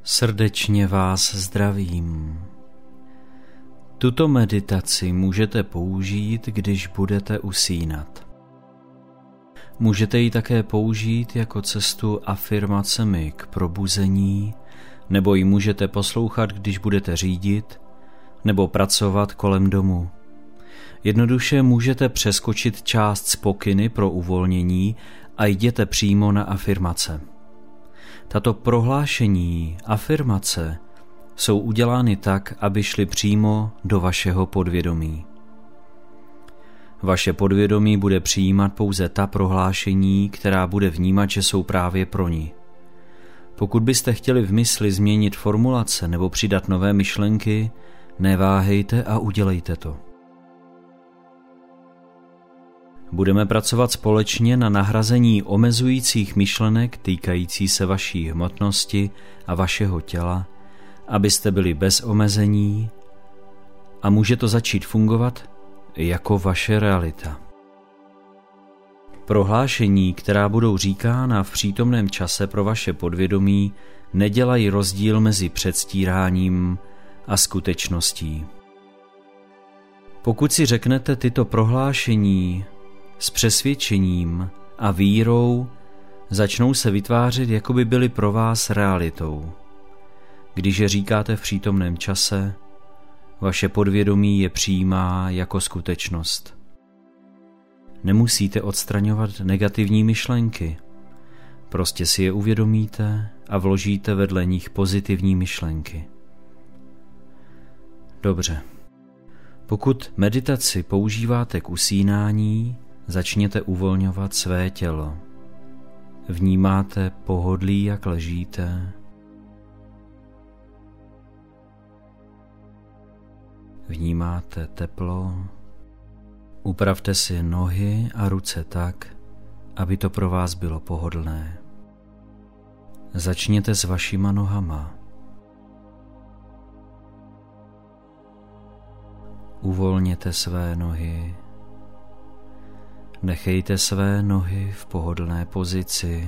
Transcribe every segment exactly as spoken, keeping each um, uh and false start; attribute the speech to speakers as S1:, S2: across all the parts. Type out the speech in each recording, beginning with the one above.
S1: Srdečně vás zdravím. Tuto meditaci můžete použít, když budete usínat. Můžete ji také použít jako cestu afirmacemi k probuzení, nebo ji můžete poslouchat, když budete řídit, nebo pracovat kolem domu. Jednoduše můžete přeskočit část z pokyny pro uvolnění a jděte přímo na afirmace. Tato prohlášení, afirmace, jsou udělány tak, aby šly přímo do vašeho podvědomí. Vaše podvědomí bude přijímat pouze ta prohlášení, která bude vnímat, že jsou právě pro ní. Pokud byste chtěli v mysli změnit formulace nebo přidat nové myšlenky, neváhejte a udělejte to. Budeme pracovat společně na nahrazení omezujících myšlenek týkající se vaší hmotnosti a vašeho těla, abyste byli bez omezení, a může to začít fungovat jako vaše realita. Prohlášení, která budou říkána v přítomném čase pro vaše podvědomí, nedělají rozdíl mezi předstíráním a skutečností. Pokud si řeknete tyto prohlášení s přesvědčením a vírou, začnou se vytvářet, jako by byly pro vás realitou. Když je říkáte v přítomném čase, vaše podvědomí je přijímá jako skutečnost. Nemusíte odstraňovat negativní myšlenky, prostě si je uvědomíte a vložíte vedle nich pozitivní myšlenky. Dobře. Pokud meditaci používáte k usínání, začněte uvolňovat své tělo. Vnímáte pohodlí, jak ležíte. Vnímáte teplo. Upravte si nohy a ruce tak, aby to pro vás bylo pohodlné. Začněte s vašima nohama. Uvolněte své nohy. Nechejte své nohy v pohodlné pozici.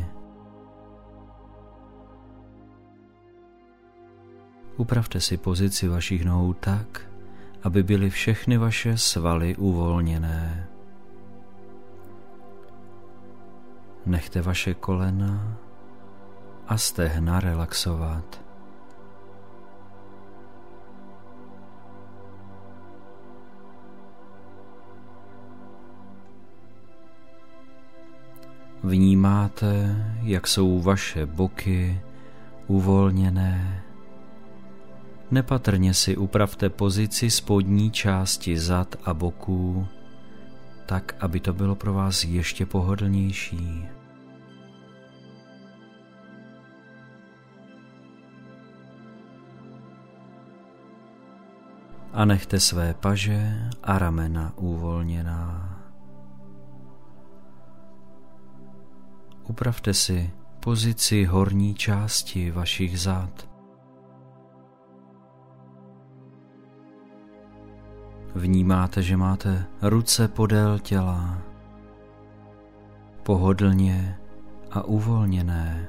S1: Upravte si pozici vašich nohou tak, aby byly všechny vaše svaly uvolněné. Nechte vaše kolena a stehna relaxovat. Vnímáte, jak jsou vaše boky uvolněné. Nepatrně si upravte pozici spodní části zad a boků, tak, aby to bylo pro vás ještě pohodlnější. A nechte své paže a ramena uvolněná. Upravte si pozici horní části vašich zad. Vnímáte, že máte ruce podél těla, pohodlně a uvolněné.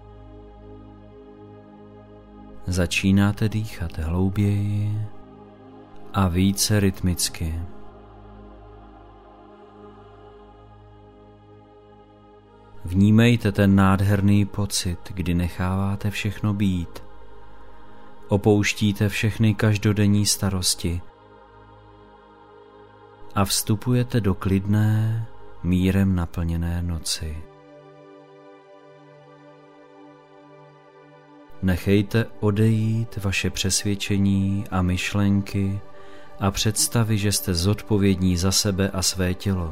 S1: Začínáte dýchat hlouběji a více rytmicky. Vnímejte ten nádherný pocit, kdy necháváte všechno být. Opouštíte všechny každodenní starosti a vstupujete do klidné, mírem naplněné noci. Nechejte odejít vaše přesvědčení a myšlenky a představy, že jste zodpovědní za sebe a své tělo.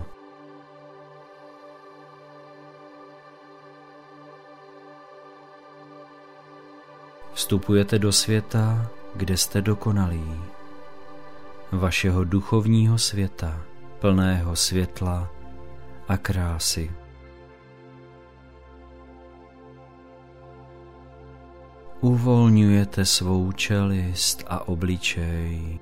S1: Vstupujete do světa, kde jste dokonalí. Vašeho duchovního světa, plného světla a krásy. Uvolňujete svou čelist a obličej.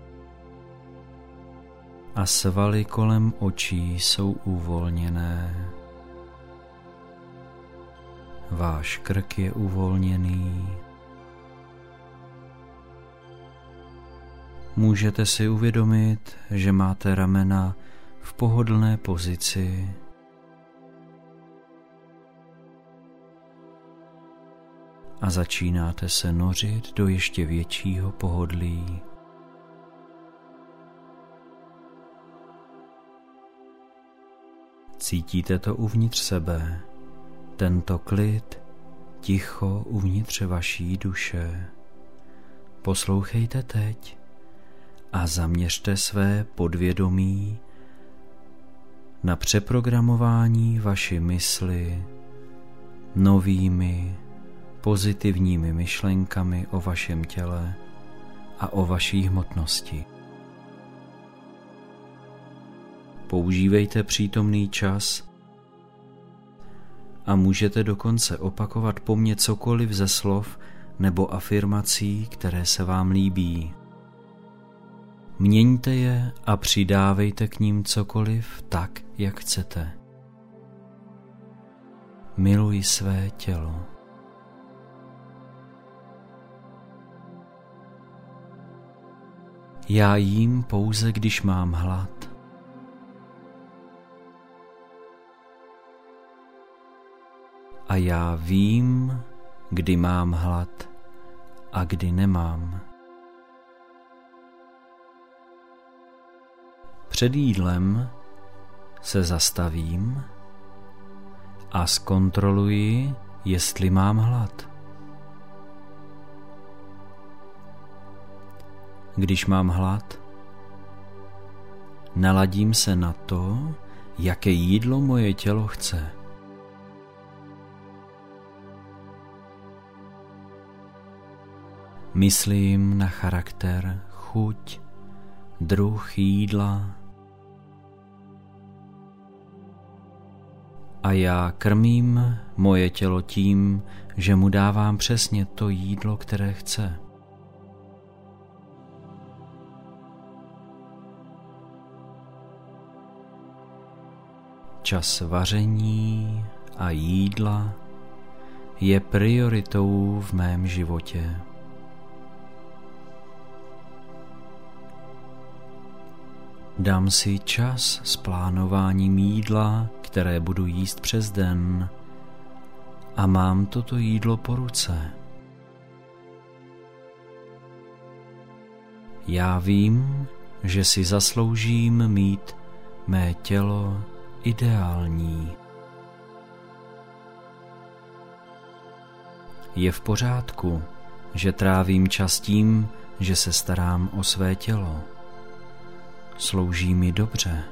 S1: A svaly kolem očí jsou uvolněné. Váš krk je uvolněný. Můžete si uvědomit, že máte ramena v pohodlné pozici. A začínáte se nořit do ještě většího pohodlí. Cítíte to uvnitř sebe, tento klid, ticho uvnitř vaší duše. Poslouchejte teď a zaměřte své podvědomí na přeprogramování vaší mysli novými pozitivními myšlenkami o vašem těle a o vaší hmotnosti. Používejte přítomný čas a můžete dokonce opakovat po mně cokoliv ze slov nebo afirmací, které se vám líbí. Měňte je a přidávejte k ním cokoliv tak, jak chcete. Miluji své tělo. Já jím pouze, když mám hlad. A já vím, kdy mám hlad a kdy nemám. Před jídlem se zastavím a zkontroluji, jestli mám hlad. Když mám hlad, naladím se na to, jaké jídlo moje tělo chce. Myslím na charakter, chuť, druh jídla a já krmím moje tělo tím, že mu dávám přesně to jídlo, které chce. Čas vaření a jídla je prioritou v mém životě. Dám si čas s plánováním jídla, které budu jíst přes den, a mám toto jídlo po ruce. Já vím, že si zasloužím mít mé tělo ideální. Je v pořádku, že trávím čas tím, že se starám o své tělo. Slouží mi dobře.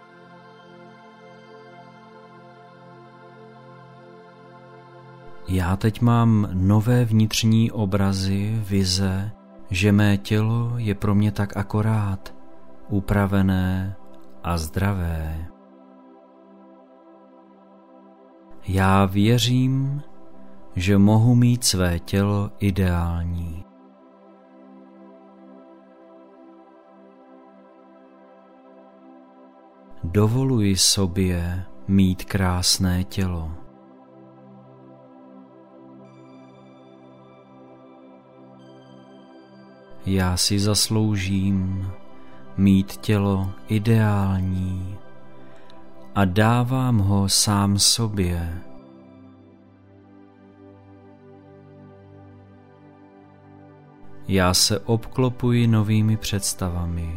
S1: Já teď mám nové vnitřní obrazy, vize, že mé tělo je pro mě tak akorát, upravené a zdravé. Já věřím, že mohu mít své tělo ideální. Dovoluji sobě mít krásné tělo. Já si zasloužím mít tělo ideální a dávám ho sám sobě. Já se obklopuji novými představami.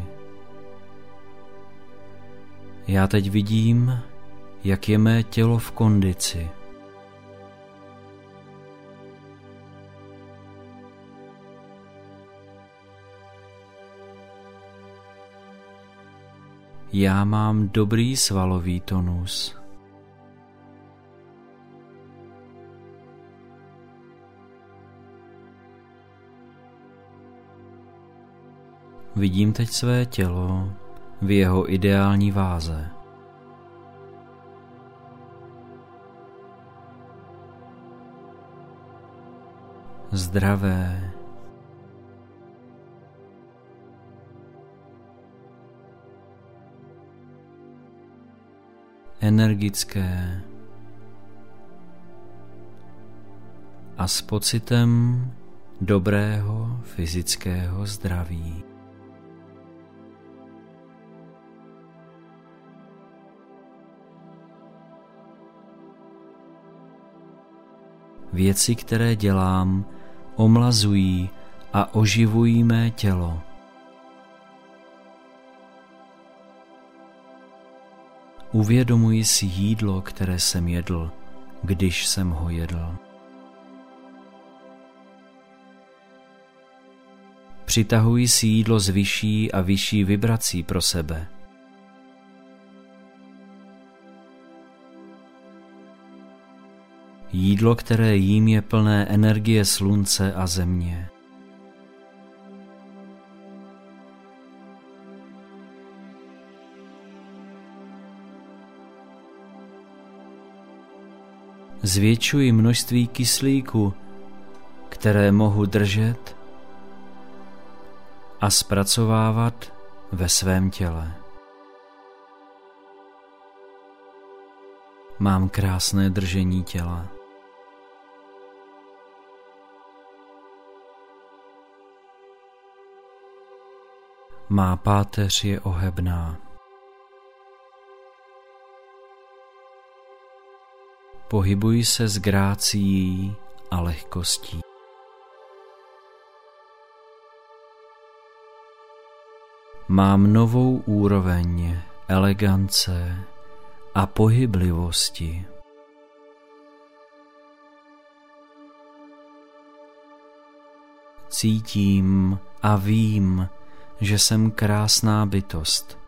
S1: Já teď vidím, jak je mé tělo v kondici. Já mám dobrý svalový tonus. Vidím teď své tělo v jeho ideální váze. Zdravé, energické a s pocitem dobrého fyzického zdraví. věci, které dělám, omlazují a oživují mé tělo. Uvědomuji si jídlo, které jsem jedl, když jsem ho jedl. Přitahuji si jídlo z vyšší a vyšší vibrací pro sebe. Jídlo, které jím, je plné energie slunce a země. Zvětšuji množství kyslíku, které mohu držet a zpracovávat ve svém těle. Mám krásné držení těla. Má páteř je ohebná. Pohybuji se s grácií a lehkostí. Mám novou úroveň elegance a pohyblivosti. Cítím a vím, že jsem krásná bytost.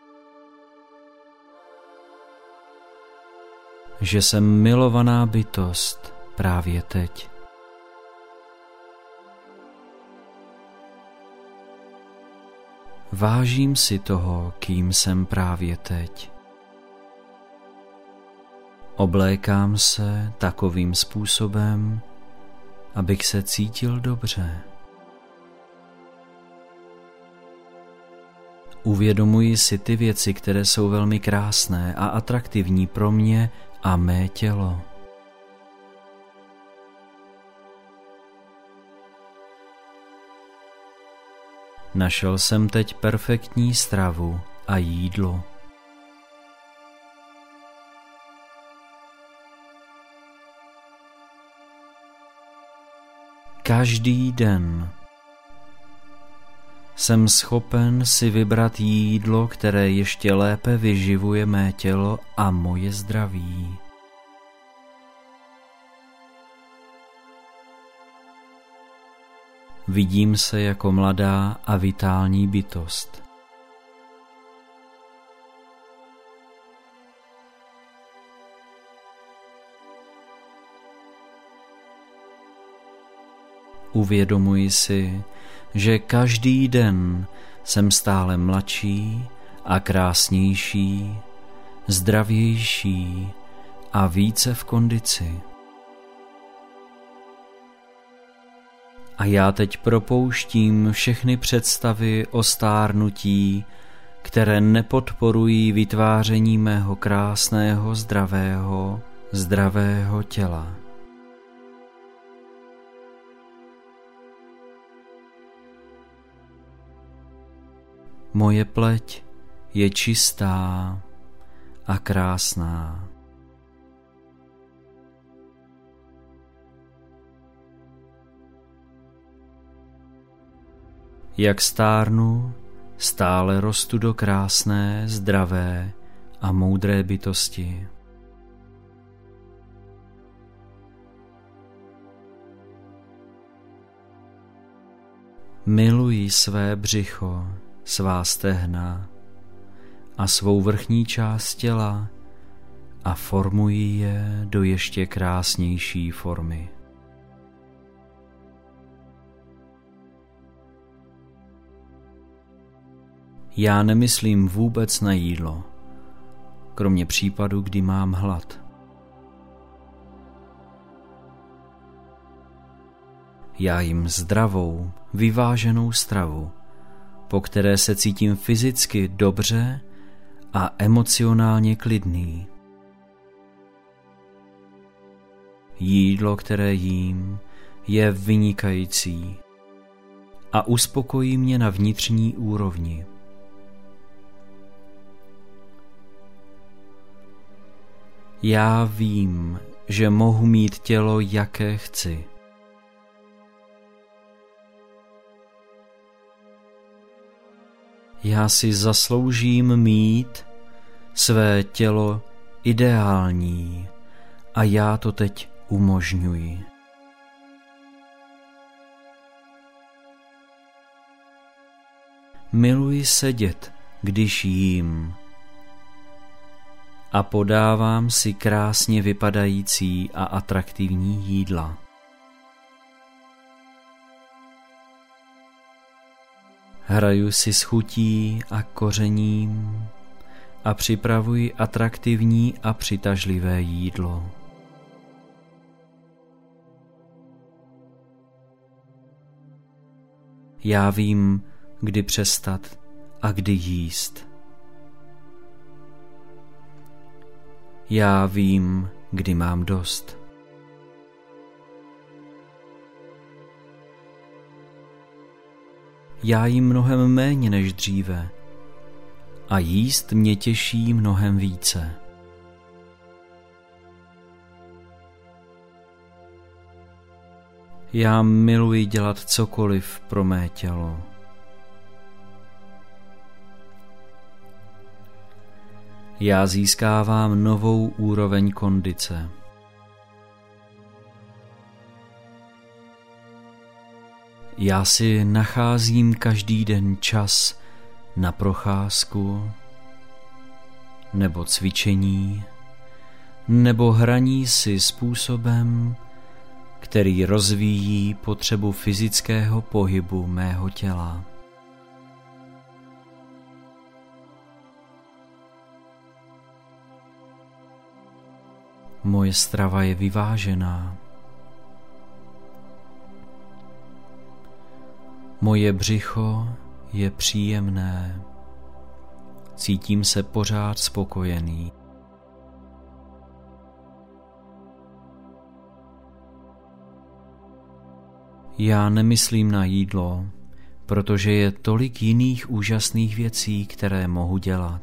S1: Že jsem milovaná bytost právě teď. Vážím si toho, kým jsem právě teď. Oblékám se takovým způsobem, abych se cítil dobře. Uvědomuji si ty věci, které jsou velmi krásné a atraktivní pro mě a mé tělo. Našel jsem teď perfektní stravu a jídlo. Každý den jsem schopen si vybrat jídlo, které ještě lépe vyživuje mé tělo a moje zdraví. Vidím se jako mladá a vitální bytost. Uvědomuji si, že každý den jsem stále mladší a krásnější, zdravější a více v kondici. A já teď propouštím všechny představy o stárnutí, které nepodporují vytváření mého krásného, zdravého, zdravého těla. Moje pleť je čistá a krásná. Jak stárnu, stále rostu do krásné, zdravé a moudré bytosti. Miluji své břicho, svá stehna a svou vrchní část těla a formuji je do ještě krásnější formy. Já nemyslím vůbec na jídlo, kromě případu, kdy mám hlad. Já jim zdravou, vyváženou stravu, po které se cítím fyzicky dobře a emocionálně klidný. Jídlo, které jím, je vynikající a uspokojí mě na vnitřní úrovni. Já vím, že mohu mít tělo, jaké chci. Já si zasloužím mít své tělo ideální a já to teď umožňuji. Miluji sedět, když jím, a podávám si krásně vypadající a atraktivní jídla. Hraju si s chutí a kořením a připravuji atraktivní a přitažlivé jídlo. Já vím, kdy přestat a kdy jíst. Já vím, kdy mám dost. Já jím mnohem méně než dříve a jíst mě těší mnohem více. Já miluji dělat cokoliv pro mé tělo. Já získávám novou úroveň kondice. Já si nacházím každý den čas na procházku, nebo cvičení, nebo hraní si způsobem, který rozvíjí potřebu fyzického pohybu mého těla. Moje strava je vyvážená. Moje břicho je příjemné. Cítím se pořád spokojený. Já nemyslím na jídlo, protože je tolik jiných úžasných věcí, které mohu dělat.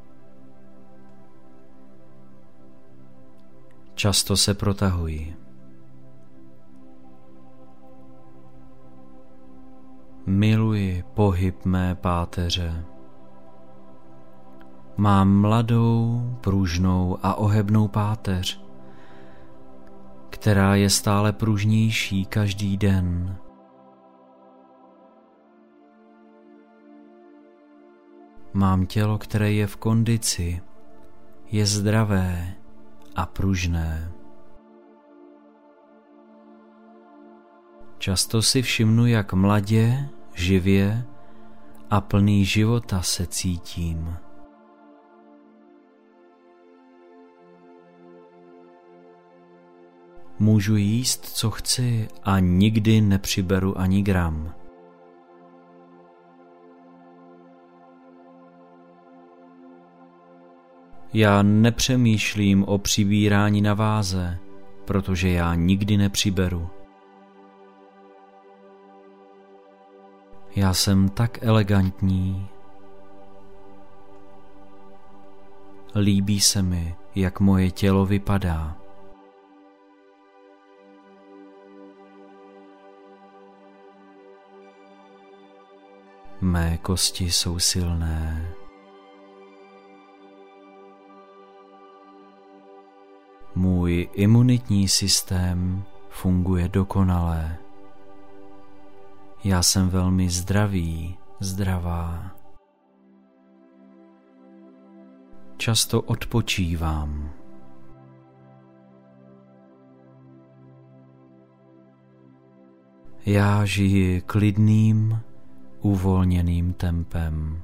S1: Často se protahuji. Miluji pohyb mé páteře. Mám mladou, pružnou a ohebnou páteř, která je stále pružnější každý den. Mám tělo, které je v kondici, je zdravé a pružné. Často si všimnu, jak mladě, živě a plný života se cítím. Můžu jíst, co chci, a nikdy nepřiberu ani gram. Já nepřemýšlím o přibírání na váze, protože já nikdy nepřiberu. Já jsem tak elegantní. Líbí se mi, jak moje tělo vypadá. Mé kosti jsou silné. Můj imunitní systém funguje dokonale. Já jsem velmi zdravý, zdravá. Často odpočívám. Já žiji klidným, uvolněným tempem.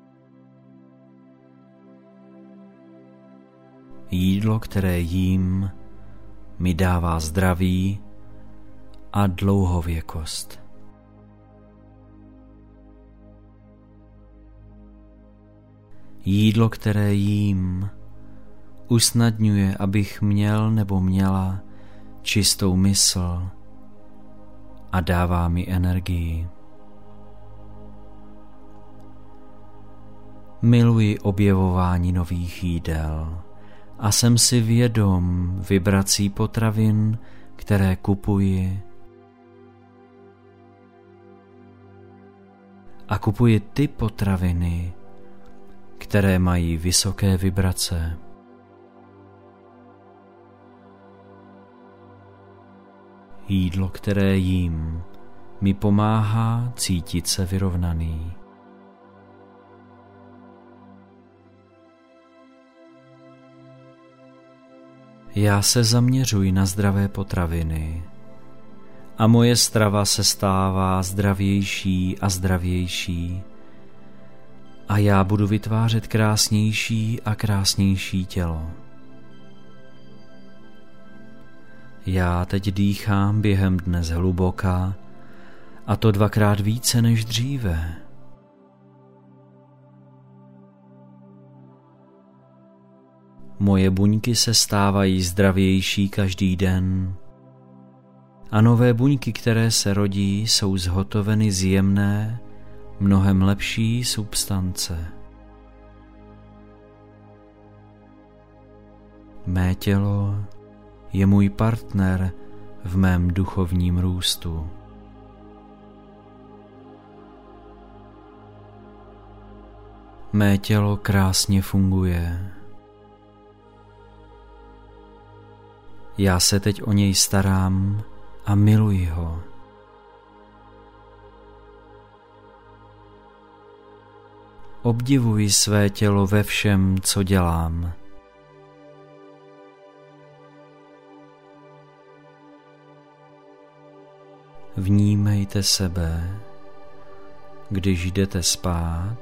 S1: Jídlo, které jím, mi dává zdraví a dlouhověkost. Jídlo, které jím, usnadňuje, abych měl nebo měla čistou mysl a dává mi energii. Miluji objevování nových jídel a jsem si vědom vibrací potravin, které kupuji. A kupuji ty potraviny, které mají vysoké vibrace. Jídlo, které jím, mi pomáhá cítit se vyrovnaný. Já se zaměřuji na zdravé potraviny a moje strava se stává zdravější a zdravější a já budu vytvářet krásnější a krásnější tělo. Já teď dýchám během dne zhluboka, a to dvakrát více než dříve. Moje buňky se stávají zdravější každý den a nové buňky, které se rodí, jsou zhotoveny z jemné, mnohem lepší substance. Mé tělo je můj partner v mém duchovním růstu. Mé tělo krásně funguje. Já se teď o něj starám a miluji ho. Obdivuji své tělo ve všem, co dělám. Vnímejte sebe, když jdete spát,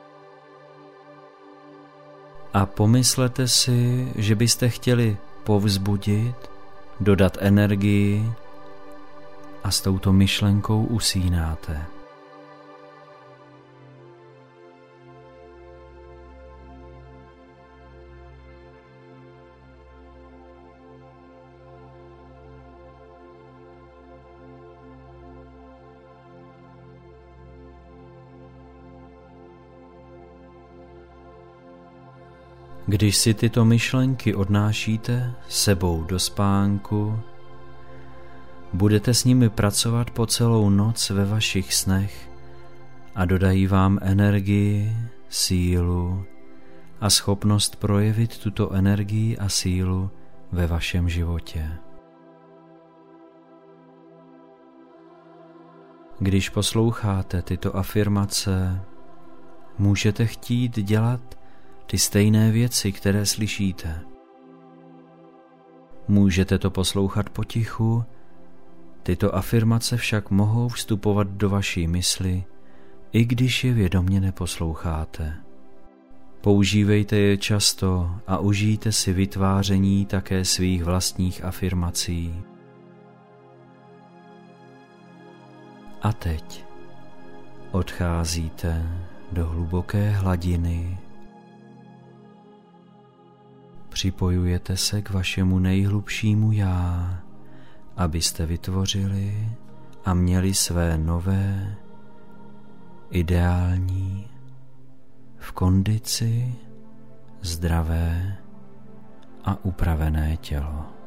S1: a pomyslete si, že byste chtěli povzbudit, dodat energii a s touto myšlenkou usínáte. Když si tyto myšlenky odnášíte sebou do spánku, budete s nimi pracovat po celou noc ve vašich snech a dodají vám energii, sílu a schopnost projevit tuto energii a sílu ve vašem životě. Když posloucháte tyto afirmace, můžete chtít dělat ty stejné věci, které slyšíte. Můžete to poslouchat potichu, tyto afirmace však mohou vstupovat do vaší mysli, i když je vědomě neposloucháte. Používejte je často a užijte si vytváření také svých vlastních afirmací. A teď odcházíte do hluboké hladiny. Připojujete se k vašemu nejhlubšímu já, abyste vytvořili a měli své nové, ideální, v kondici, zdravé a upravené tělo.